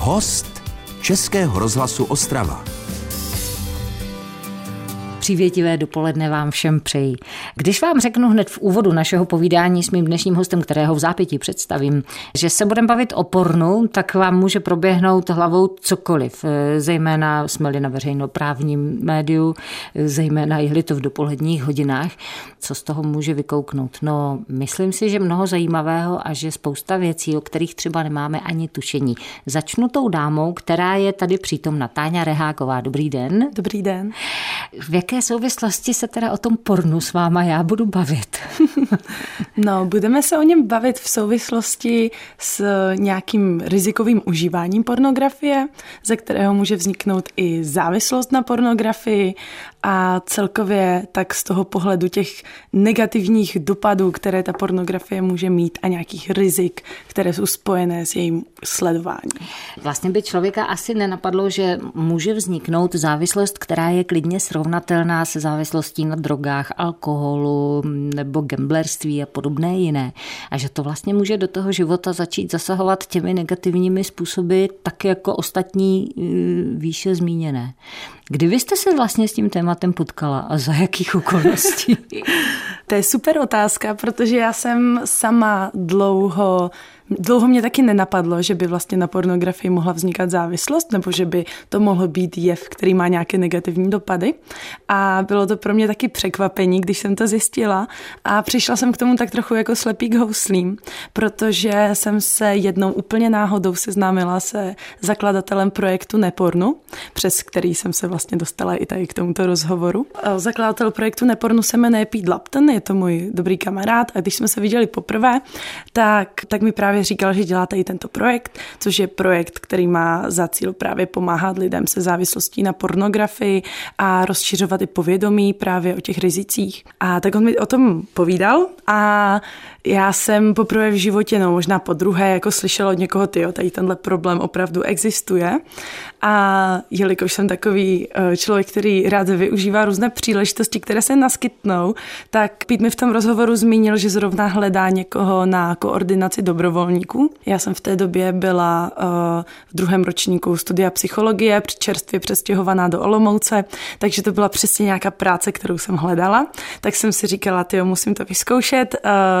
Host Českého rozhlasu Ostrava. Přívětivé dopoledne vám všem přeji. Když vám řeknu hned v úvodu našeho povídání s mým dnešním hostem, kterého v zápětí představím, že se budeme bavit o pornu, tak vám může proběhnout hlavou cokoliv. Zejména jsme-li na veřejnoprávním médiu, zejména jeli to v dopoledních hodinách. Co z toho může vykouknout? No, myslím si, že mnoho zajímavého a že spousta věcí, o kterých třeba nemáme ani tušení. Začnu tou dámou, která je tady přítomna, Táňa Reháková. Dobrý den. Dobrý den. V jaké souvislosti se teda o tom pornu s váma já budu bavit? No, budeme se o něm bavit v souvislosti s nějakým rizikovým užíváním pornografie, ze kterého může vzniknout i závislost na pornografii a celkově tak z toho pohledu těch negativních dopadů, které ta pornografie může mít a nějakých rizik, které jsou spojené s jejím sledováním. Vlastně by člověka asi nenapadlo, že může vzniknout závislost, která je klidně srovnatelná se závislostí na drogách, alkoholu nebo gamblerství a podobné jiné. A že to vlastně může do toho života začít zasahovat těmi negativními způsoby, tak jako ostatní výše zmíněné. Kdy vy jste se vlastně s tím tématem potkala a za jakých okolností? To je super otázka, protože já jsem sama dlouho mě taky nenapadlo, že by vlastně na pornografii mohla vznikat závislost, nebo že by to mohl být jev, který má nějaké negativní dopady. A bylo to pro mě taky překvapení, když jsem to zjistila. A přišla jsem k tomu tak trochu jako slepý k houslím, protože jsem se jednou úplně náhodou seznámila se zakladatelem projektu Nepornu, přes který jsem se vlastně dostala i tady k tomuto rozhovoru. Zakladatel projektu Nepornu se jmenuje Pete Lupton, je to můj dobrý kamarád a když jsme se viděli poprvé, tak mi právě říkal, že děláte i tento projekt, což je projekt, který má za cíl právě pomáhat lidem se závislostí na pornografii a rozšiřovat i povědomí právě o těch rizicích. A tak on mi o tom povídal a já jsem poprvé v životě, no možná podruhé, jako slyšela od někoho, tady tenhle problém opravdu existuje. A jelikož jsem takový člověk, který rád využívá různé příležitosti, které se naskytnou, tak Pete mi v tom rozhovoru zmínil, že zrovna hledá někoho na koordinaci dobrovolníků. Já jsem v té době byla v druhém ročníku studia psychologie, čerstvě přestěhovaná do Olomouce, takže to byla přesně nějaká práce, kterou jsem hledala. Tak jsem si říkala, musím to vyzkoušet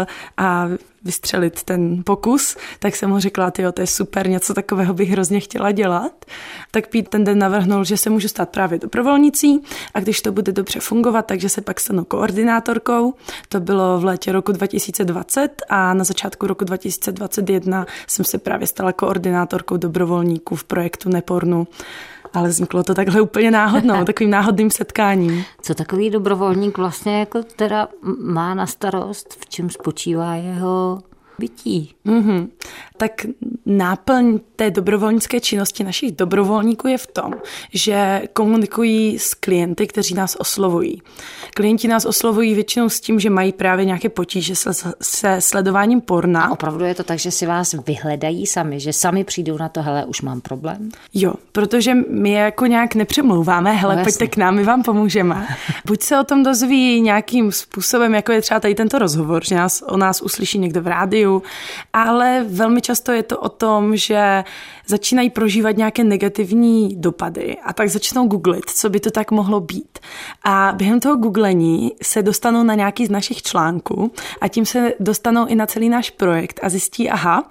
a vystřelit ten pokus, tak jsem mu řekla, to je super, něco takového bych hrozně chtěla dělat. Tak Pete ten den navrhnul, že se můžu stát právě dobrovolnicí a když to bude dobře fungovat, takže se pak stanu koordinátorkou. To bylo v létě roku 2020 a na začátku roku 2021 jsem se právě stala koordinátorkou dobrovolníků v projektu Nepornu. Ale vzniklo to takhle úplně náhodnou, takovým náhodným setkáním. Co takový dobrovolník vlastně jako teda má na starost, v čem spočívá jeho bytí? Tak náplň té dobrovolnické činnosti našich dobrovolníků je v tom, že komunikují s klienty, kteří nás oslovují. Klienti nás oslovují většinou s tím, že mají právě nějaké potíže se sledováním porna. A opravdu je to tak, že si vás vyhledají sami, že sami přijdou na to, hele, už mám problém? Jo, protože my je jako nějak nepřemlouváme, hele, pojďte k nám, my vám pomůžeme. Buď se o tom dozví nějakým způsobem, jako je třeba tady tento rozhovor, že o nás uslyší někdo v rádiu, ale velmi často je to o tom, že začínají prožívat nějaké negativní dopady a tak začnou googlit, co by to tak mohlo být. A během toho googlení se dostanou na nějaký z našich článků a tím se dostanou i na celý náš projekt a zjistí,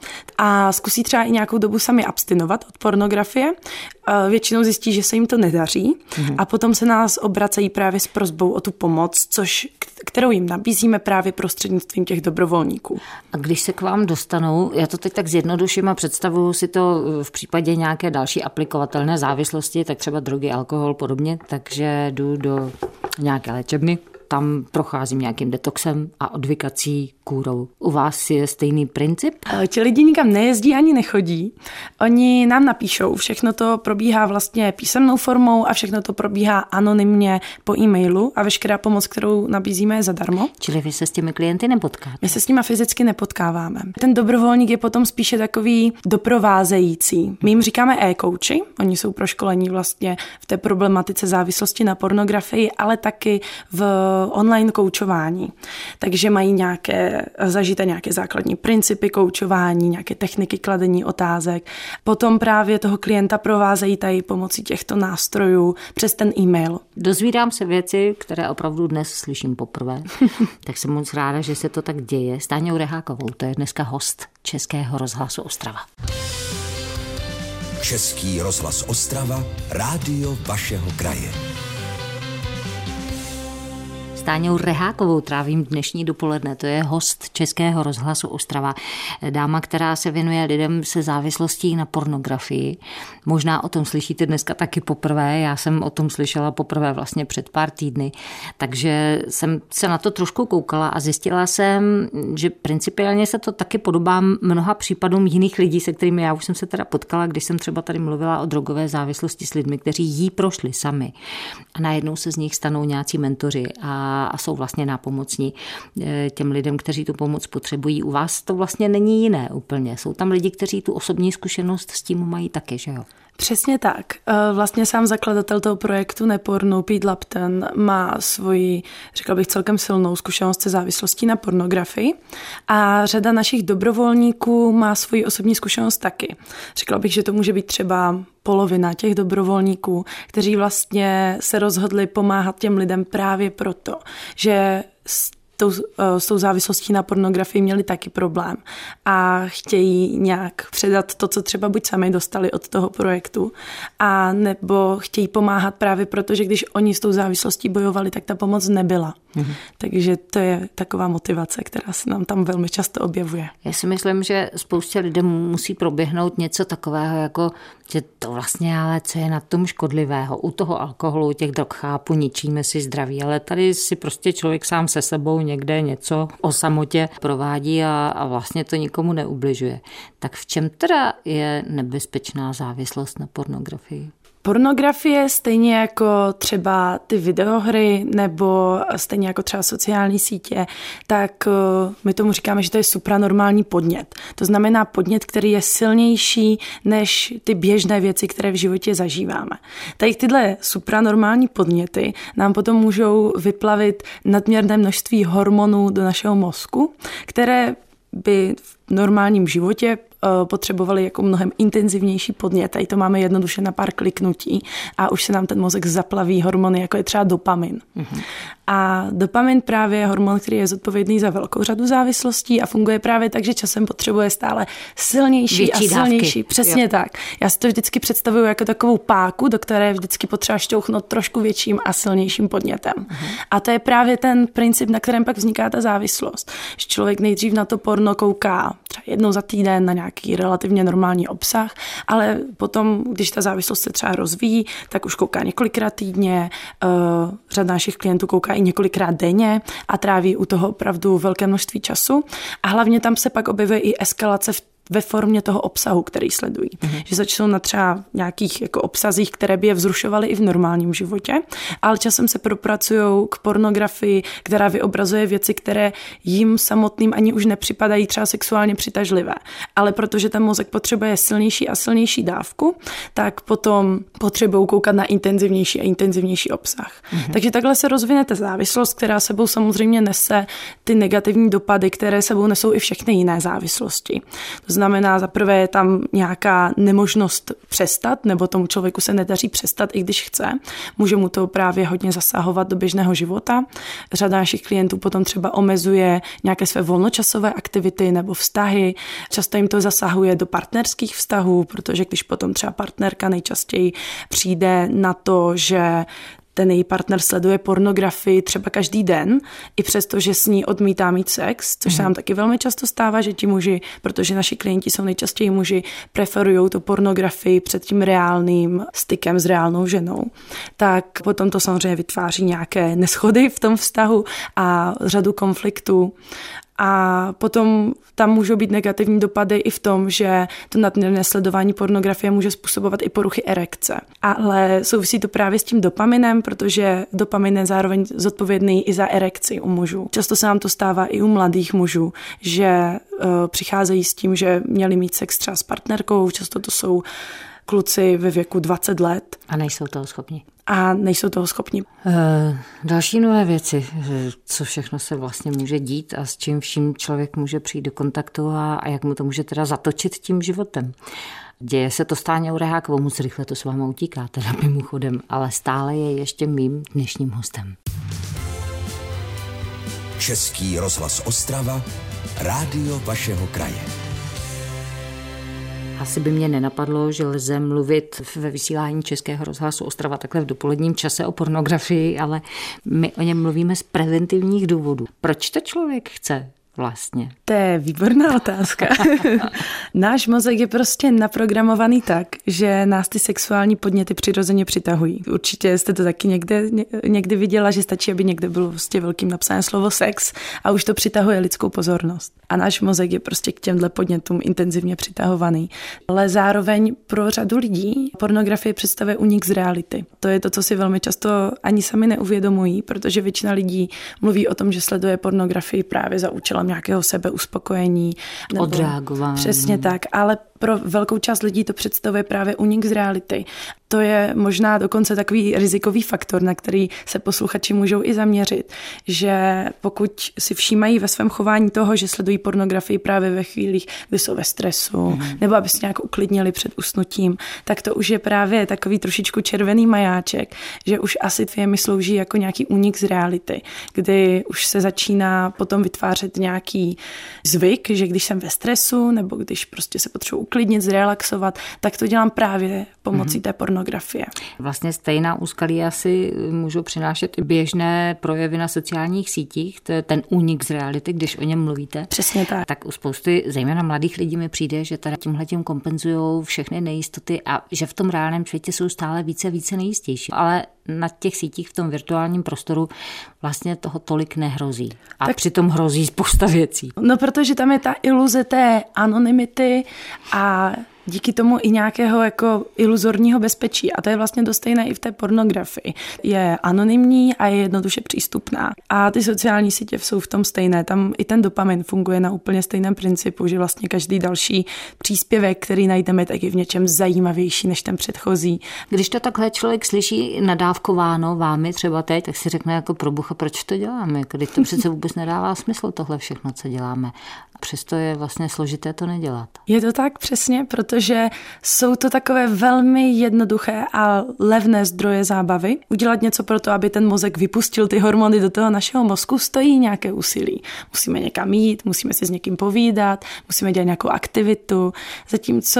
a zkusí třeba i nějakou dobu sami abstinovat od pornografie. Většinou zjistí, že se jim to nedaří a potom se nás obracejí právě s prosbou o tu pomoc, kterou jim nabízíme právě prostřednictvím těch dobrovolníků. A když se k vám dostanou, já to teď tak zjednoduším a představuju si to v případě nějaké další aplikovatelné závislosti, tak třeba drogy, alkohol, podobně, takže jdu do nějaké léčebny, tam procházím nějakým detoxem a odvykací kůrou. U vás je stejný princip? Ti lidi nikam nejezdí ani nechodí. Oni nám napíšou, všechno to probíhá vlastně písemnou formou a všechno to probíhá anonymně po e-mailu a veškerá pomoc, kterou nabízíme, je zadarmo. Čili vy se s těmi klienty nepotkáte? My se s nimi fyzicky nepotkáváme. Ten dobrovolník je potom spíše takový doprovázející. My jim říkáme e-coachi, oni jsou proškolení vlastně v té problematice závislosti na pornografii, ale taky v online koučování. Takže mají nějaké zažijete nějaké základní principy koučování, nějaké techniky kladení otázek. Potom právě toho klienta provázejí tady pomocí těchto nástrojů přes ten e-mail. Dozvídám se věci, které opravdu dnes slyším poprvé. Tak jsem moc ráda, že se to tak děje. S Táňou Rehákovou, to je dneska host Českého rozhlasu Ostrava. Český rozhlas Ostrava, rádio vašeho kraje. S Táňou Rehákovou trávím dnešní dopoledne. To je host Českého rozhlasu Ostrava. Dáma, která se věnuje lidem se závislostí na pornografii. Možná o tom slyšíte dneska taky poprvé. Já jsem o tom slyšela poprvé vlastně před pár týdny. Takže jsem se na to trošku koukala a zjistila jsem, že principiálně se to taky podobá mnoha případům jiných lidí, se kterými já už jsem se teda potkala, když jsem třeba tady mluvila o drogové závislosti s lidmi, kteří jí prošli sami. A najednou se z nich stanou nějací mentoři a jsou vlastně nápomocní těm lidem, kteří tu pomoc potřebují. U vás to vlastně není jiné úplně. Jsou tam lidi, kteří tu osobní zkušenost s tím mají taky, že jo? Přesně tak. Vlastně sám zakladatel toho projektu Neporno, Pete Lupton, má svoji, řekla bych, celkem silnou zkušenost se závislostí na pornografii a řada našich dobrovolníků má svoji osobní zkušenost taky. Řekla bych, že to může být třeba polovina těch dobrovolníků, kteří vlastně se rozhodli pomáhat těm lidem právě proto, že s tou závislostí na pornografii měli taky problém a chtějí nějak předat to, co třeba buď sami dostali od toho projektu, a nebo chtějí pomáhat právě proto, že když oni s tou závislostí bojovali, tak ta pomoc nebyla. Takže to je taková motivace, která se nám tam velmi často objevuje. Já si myslím, že spoustě lidem musí proběhnout něco takového, jako že to vlastně, ale co je na tom škodlivého. U toho alkoholu, u těch drog chápu, ničíme si zdraví, ale tady si prostě člověk sám se sebou někde něco o samotě provádí a vlastně to nikomu neubližuje. Tak v čem teda je nebezpečná závislost na pornografii? Pornografie, stejně jako třeba ty videohry nebo stejně jako třeba sociální sítě, tak my tomu říkáme, že to je supranormální podnět. To znamená podnět, který je silnější než ty běžné věci, které v životě zažíváme. Tady tyhle supranormální podněty nám potom můžou vyplavit nadměrné množství hormonů do našeho mozku, které by v normálním životě potřebovali jako mnohem intenzivnější podnět. Tady to máme jednoduše na pár kliknutí a už se nám ten mozek zaplaví hormony, jako je třeba dopamin. A dopamin právě je hormon, který je zodpovědný za velkou řadu závislostí a funguje právě tak, že časem potřebuje stále silnější větší a silnější. Dávky. Přesně tak. Já si to vždycky představuju jako takovou páku, do které je vždycky potřeba šťouchnout trošku větším a silnějším podnětem. A to je právě ten princip, na kterém pak vzniká ta závislost. Že člověk nejdřív na to porno kouká třeba jednou za týden na nějaký relativně normální obsah, ale potom, když ta závislost se třeba rozvíjí, tak už kouká několikrát týdně, řada našich klientů kouká i několikrát denně a tráví u toho opravdu velké množství času. A hlavně tam se pak objevuje i eskalace ve formě toho obsahu, který sledují. Že začnou na třeba nějakých jako obsazích, které by je vzrušovaly i v normálním životě, ale časem se propracují k pornografii, která vyobrazuje věci, které jim samotným ani už nepřipadají třeba sexuálně přitažlivé. Ale protože ten mozek potřebuje silnější a silnější dávku, tak potom potřebují koukat na intenzivnější a intenzivnější obsah. Takže takhle se rozvine ta závislost, která sebou samozřejmě nese ty negativní dopady, které sebou nesou i všechny jiné závislosti. To znamená, za prvé je tam nějaká nemožnost přestat, nebo tomu člověku se nedaří přestat, i když chce. Může mu to právě hodně zasahovat do běžného života. Řada našich klientů potom třeba omezuje nějaké své volnočasové aktivity nebo vztahy. Často jim to zasahuje do partnerských vztahů, protože když potom třeba partnerka nejčastěji přijde na to, že ten její partner sleduje pornografii třeba každý den, i přesto, že s ní odmítá mít sex, což se nám taky velmi často stává, že ti muži, protože naši klienti jsou nejčastěji muži, preferují tu pornografii před tím reálným stykem s reálnou ženou, tak potom to samozřejmě vytváří nějaké neshody v tom vztahu a řadu konfliktů. A potom tam můžou být negativní dopady i v tom, že to nadměrné sledování pornografie může způsobovat i poruchy erekce. Ale souvisí to právě s tím dopaminem, protože dopamin je zároveň zodpovědný i za erekci u mužů. Často se nám to stává i u mladých mužů, že přicházejí s tím, že měli mít sex třeba s partnerkou, často to jsou kluci ve věku 20 let. A nejsou toho schopni. a nejsou toho schopni. Další nové věci, co všechno se vlastně může dít a s čím vším člověk může přijít do kontaktu a jak mu to může teda zatočit tím životem. Děje se to Stáňou Urehákovou, moc rychle to s váma utíká, teda mimochodem, ale stále je ještě mým dnešním hostem. Český rozhlas Ostrava, rádio vašeho kraje. Asi by mě nenapadlo, že lze mluvit ve vysílání Českého rozhlasu Ostrava takhle v dopoledním čase o pornografii, ale my o něm mluvíme z preventivních důvodů. Proč to člověk chce vlastně? To je výborná otázka. Náš mozek je prostě naprogramovaný tak, že nás ty sexuální podněty přirozeně přitahují. Určitě jste to taky někdy viděla, že stačí, aby někde bylo prostě velkým napsané slovo sex a už to přitahuje lidskou pozornost. A náš mozek je prostě k těmhle podnětům intenzivně přitahovaný. Ale zároveň pro řadu lidí pornografie představuje únik z reality. To je to, co si velmi často ani sami neuvědomují, protože většina lidí mluví o tom, že sleduje pornografii právě za účelem nějakého sebeuspokojení. Odreagování. Přesně tak, ale pro velkou část lidí to představuje právě únik z reality. To je možná dokonce takový rizikový faktor, na který se posluchači můžou i zaměřit, že pokud si všímají ve svém chování toho, že sledují pornografii právě ve chvílích, kdy jsou ve stresu, nebo aby se nějak uklidnili před usnutím, tak to už je právě takový trošičku červený majáček, že už asi mi slouží jako nějaký únik z reality, kdy už se začíná potom vytvářet nějaký zvyk, že když jsem ve stresu, nebo když prostě se potřebuji uklidnit, zrelaxovat, tak to dělám právě pomocí té pornografie. Vlastně stejná úskalí asi můžou přinášet i běžné projevy na sociálních sítích, to je ten únik z reality, když o něm mluvíte. Přesně tak. Tak u spousty, zejména mladých lidí mi přijde, že teda tímhletím kompenzují všechny nejistoty a že v tom reálném světě jsou stále více a více nejistější. Ale na těch sítích v tom virtuálním prostoru vlastně toho tolik nehrozí. A tak přitom hrozí spousta věcí. No, protože tam je ta iluze té anonymity a díky tomu i nějakého jako iluzorního bezpečí. A to je vlastně dost stejné i v té pornografii. Je anonymní a je jednoduše přístupná. A ty sociální sítě jsou v tom stejné. Tam i ten dopamin funguje na úplně stejném principu, že vlastně každý další příspěvek, který najdeme, tak je v něčem zajímavější než ten předchozí. Když to takhle člověk slyší nadávkováno vámi třeba teď, tak si řekne jako probucha, proč to děláme? Když to přece vůbec nedává smysl tohle všechno, co děláme. A přesto je vlastně složité to nedělat. Je to tak přesně, protože jsou to takové velmi jednoduché a levné zdroje zábavy. Udělat něco pro to, aby ten mozek vypustil ty hormony do toho našeho mozku, stojí nějaké úsilí. Musíme někam jít, musíme si s někým povídat, musíme dělat nějakou aktivitu, zatímco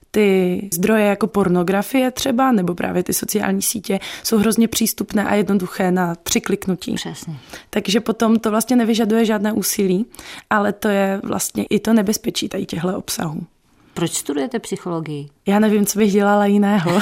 ty zdroje jako pornografie třeba, nebo právě ty sociální sítě jsou hrozně přístupné a jednoduché na přikliknutí. Přesně. Takže potom to vlastně nevyžaduje žádné úsilí, ale to je vlastně i to nebezpečí tady těchto obsahů. Proč studujete psychologii? Já nevím, co bych dělala jiného.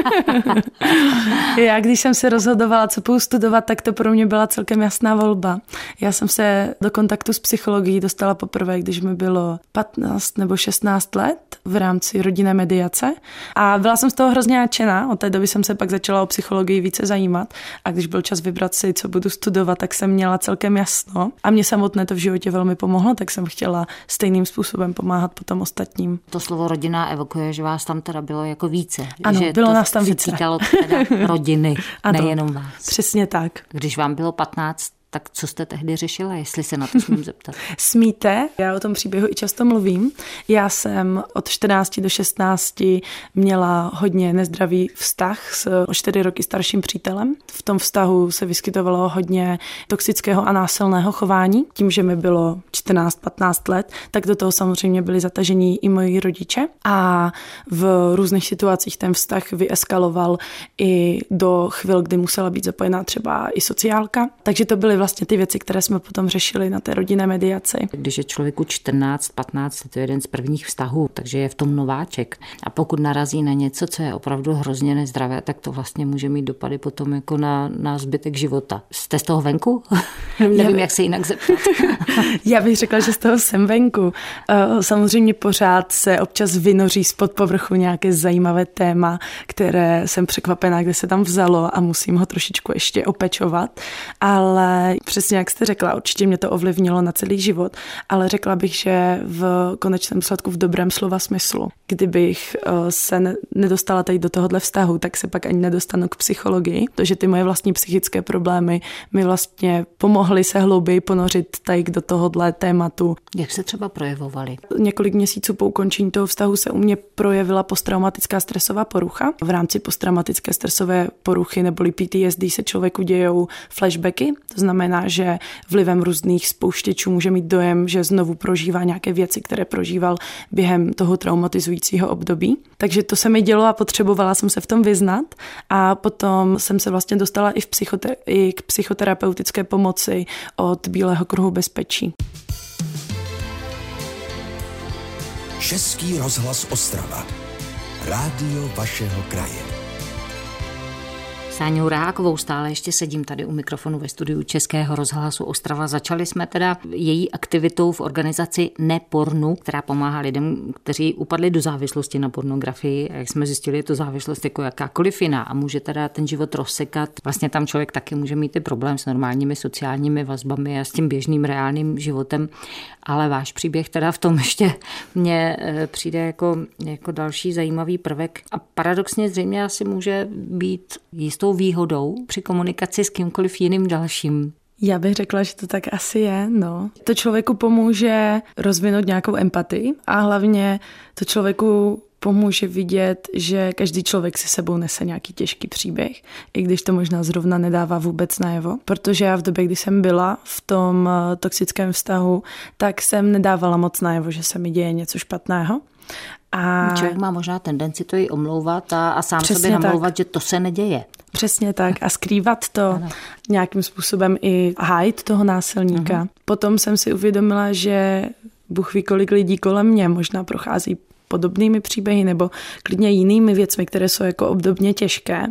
Já, když jsem se rozhodovala, co půjdu studovat, tak to pro mě byla celkem jasná volba. Já jsem se do kontaktu s psychologií dostala poprvé, když mi bylo 15 nebo 16 let v rámci rodinné mediace. A byla jsem z toho hrozně nadšená. Od té doby jsem se pak začala o psychologii více zajímat. A když byl čas vybrat si, co budu studovat, tak jsem měla celkem jasno. A mě samotné to v životě velmi pomohlo, tak jsem chtěla stejným způsobem pomáhat potom ostatním. To slovo rodina evokuje, že vás tam teda bylo jako více. Ano, že bylo to nás tam se více. týkalo teda rodiny, ano, nejenom vás. Přesně tak. Když vám bylo 15, tak co jste tehdy řešila, jestli se na to smím zeptat? Smíte, já o tom příběhu i často mluvím. Já jsem od 14 do 16 měla hodně nezdravý vztah s o 4 roky starším přítelem. V tom vztahu se vyskytovalo hodně toxického a násilného chování. Tím, že mi bylo 14-15 let, tak do toho samozřejmě byli zatažení i moji rodiče. A v různých situacích ten vztah vyeskaloval i do chvil, kdy musela být zapojená třeba i sociálka. Takže to byly vlastně ty věci, které jsme potom řešili na té rodinné mediaci. Když je člověku 14-15, to je jeden z prvních vztahů, takže je v tom nováček. A pokud narazí na něco, co je opravdu hrozně nezdravé, tak to vlastně může mít dopady potom jako na zbytek života. Jste z toho venku? Nevím, jak se jinak zeptat. Já bych řekla, že z toho jsem venku. Samozřejmě pořád se občas vynoří spod povrchu nějaké zajímavé téma, které jsem překvapená, kde se tam vzalo a musím ho trošičku ještě opečovat. Ale přesně jak jste řekla, určitě mě to ovlivnilo na celý život, ale řekla bych, že v konečném sledku v dobrém slova smyslu. Kdybych se nedostala tady do tohohle vztahu, tak se pak ani nedostanu k psychologii, protože ty moje vlastní psychické problémy mi vlastně pomohly se hlouběji ponořit tady do tohohle tématu. Jak se třeba projevovaly? Několik měsíců po ukončení toho vztahu se u mě projevila posttraumatická stresová porucha. V rámci posttraumatické stresové poruchy neboli PTSD se člověku dějou flashbacky, to znamená, že vlivem různých spouštěčů může mít dojem, že znovu prožívá nějaké věci, které prožíval během toho traumatizujícího období. Takže to se mi dělo a potřebovala jsem se v tom vyznat a potom jsem se vlastně dostala i k psychoterapeutické pomoci od Bílého kruhu bezpečí. Český rozhlas Ostrava. Rádio vašeho kraje. Sáňou Rehákovou stále ještě sedím tady u mikrofonu ve studiu Českého rozhlasu Ostrava. Začali jsme teda její aktivitou v organizaci Nepornu, která pomáhá lidem, kteří upadli do závislosti na pornografii. A jak jsme zjistili, je to závislost jako jakákoliv jiná a může teda ten život rozsekat. Vlastně tam člověk taky může mít i problém s normálními sociálními vazbami a s tím běžným reálným životem. Ale váš příběh teda v tom ještě mně přijde jako další zajímavý prvek. A paradoxně zřejmě asi může být jistou výhodou při komunikaci s kýmkoliv jiným dalším. Já bych řekla, že to tak asi je, no. To člověku pomůže rozvinout nějakou empatii a hlavně to člověku pomůže vidět, že každý člověk si sebou nese nějaký těžký příběh, i když to možná zrovna nedává vůbec najevo. Protože já v době, kdy jsem byla v tom toxickém vztahu, tak jsem nedávala moc najevo, že se mi děje něco špatného. A člověk má možná tendenci to i omlouvat a sám přesně sobě namlouvat, tak. že to se neděje. Přesně tak a skrývat to nějakým způsobem i hájit toho násilníka. Potom jsem si uvědomila, že Bůh ví, kolik lidí kolem mě možná prochází podobnými příběhy nebo klidně jinými věcmi, které jsou jako obdobně těžké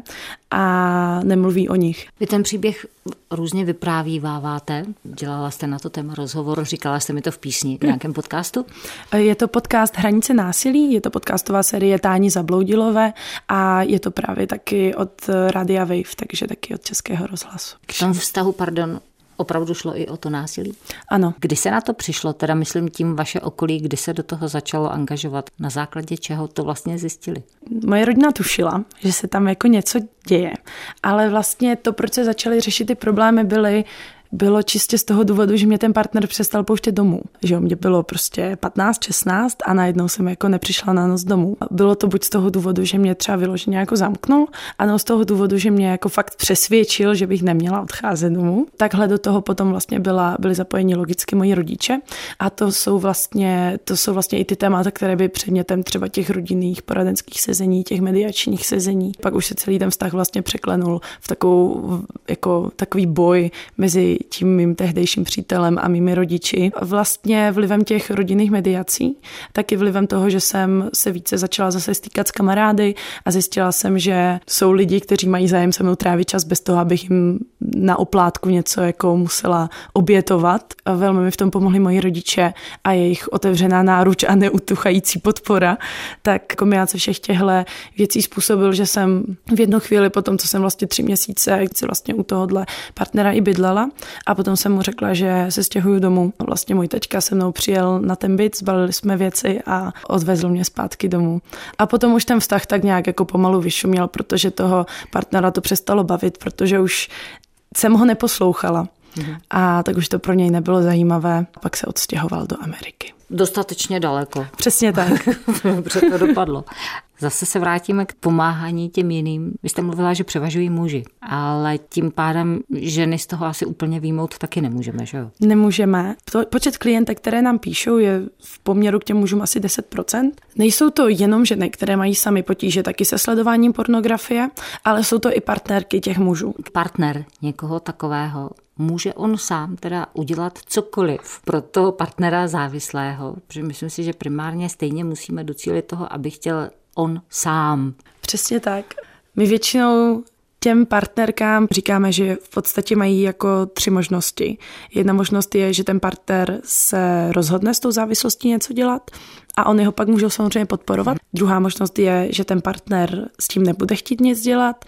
a nemluví o nich. Vy ten příběh různě vyprávíváváte, dělala jste na to téma rozhovor, říkala jste mi to v písni v nějakém podcastu? Je to podcast Hranice násilí, je to podcastová série Táni Zabloudilové a je to právě taky od Rádia Wave, takže taky od Českého rozhlasu. V tom vztahu, opravdu šlo i o to násilí? Ano. Kdy se na to přišlo, teda myslím tím vaše okolí, kdy se do toho začalo angažovat? Na základě čeho to vlastně zjistili? Moje rodina tušila, že se tam jako něco děje, ale vlastně to, proč se začaly řešit ty problémy, bylo čistě z toho důvodu, že mě ten partner přestal pouštět domů. Že mě bylo prostě 15, 16 a najednou jsem jako nepřišla na noc domů. Bylo to buď z toho důvodu, že mě třeba vyloženě jako zamknul, anebo z toho důvodu, že mě jako fakt přesvědčil, že bych neměla odcházet domů. Takhle do toho potom vlastně byli zapojeni logicky moji rodiče a to jsou vlastně i ty témata, které by předmětem třeba těch rodinných poradenských sezení, těch mediačních sezení. Pak už se celý ten vztah vlastně překlenul v takový boj mezi tím mým tehdejším přítelem a mými rodiči. Vlastně vlivem těch rodinných mediací, taky vlivem toho, že jsem se více začala zase stýkat s kamarády a zjistila jsem, že jsou lidi, kteří mají zájem se mnou trávit čas bez toho, abych jim na oplátku něco jako musela obětovat. A velmi mi v tom pomohli moji rodiče a jejich otevřená náruč a neutuchající podpora. Tak kombinace všech těchto věcí způsobil, že jsem v jednu chvíli potom, co jsem vlastně 3 měsíce vlastně u tohohle partnera i bydlela, a potom jsem mu řekla, že se stěhuju domů. Vlastně můj taťka se mnou přijel na ten byt, zbalili jsme věci a odvezl mě zpátky domů. A potom už ten vztah tak nějak jako pomalu vyšuměl, protože toho partnera to přestalo bavit, protože už jsem ho neposlouchala. A tak už to pro něj nebylo zajímavé. Pak se odstěhoval do Ameriky. Dostatečně daleko. Přesně tak. Dobře to dopadlo. Zase se vrátíme k pomáhání těm jiným. Vy jste mluvila, že převažují muži, ale tím pádem ženy z toho asi úplně výjmout taky nemůžeme, že jo? Nemůžeme. Počet klientek, které nám píšou, je v poměru k těm mužům asi 10%. Nejsou to jenom ženy, které mají sami potíže taky se sledováním pornografie, ale jsou to i partnerky těch mužů. Partner někoho takového, může on sám teda udělat cokoliv pro toho partnera závislého? Protože myslím si, že primárně stejně musíme docílit toho, aby chtěl on sám. Přesně tak. My většinou těm partnerkám říkáme, že v podstatě mají jako 3 možnosti. Jedna možnost je, že ten partner se rozhodne s tou závislostí něco dělat a oni ho pak můžou samozřejmě podporovat. Druhá možnost je, že ten partner s tím nebude chtít nic dělat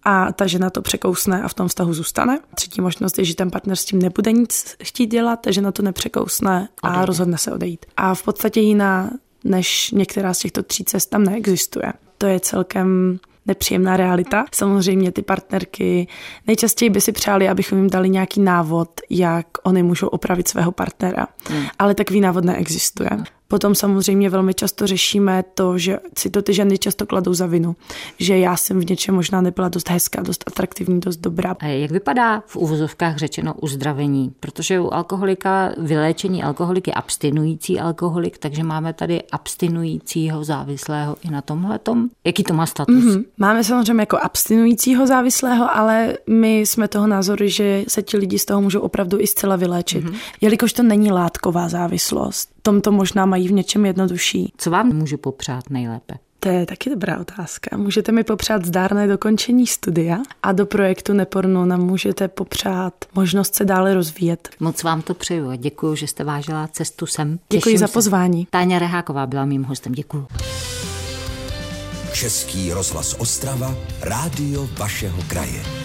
a ta žena to překousne a v tom vztahu zůstane. Třetí možnost je, že ten partner s tím nebude nic chtít dělat, ta žena to nepřekousne a rozhodne se odejít. A v podstatě jiná než některá z těchto 3 cest tam neexistuje. To je celkem nepříjemná realita. Samozřejmě ty partnerky nejčastěji by si přáli, abychom jim dali nějaký návod, jak oni můžou opravit svého partnera. Ale takový návod neexistuje. Potom samozřejmě velmi často řešíme to, že si to ty ženy často kladou za vinu. Že já jsem v něčem možná nebyla dost hezká, dost atraktivní, dost dobrá. A jak vypadá v uvozovkách řečeno uzdravení? Protože u alkoholika vyléčení alkoholik je abstinující alkoholik, takže máme tady abstinujícího závislého i na tomhletom. Jaký to má status? Máme samozřejmě jako abstinujícího závislého, ale my jsme toho názoru, že se ti lidi z toho můžou opravdu i zcela vyléčit. Jelikož to není látková závislost. Tomto možná mají v něčem jednodušší. Co vám můžu popřát nejlépe? To je taky dobrá otázka. Můžete mi popřát zdárné dokončení studia a do projektu Neporno nám můžete popřát možnost se dále rozvíjet. Moc vám to přeju a děkuji, že jste vážila cestu sem. Děkuji za pozvání. Táňa Reháková byla mým hostem. Děkuji. Český rozhlas Ostrava, rádio vašeho kraje.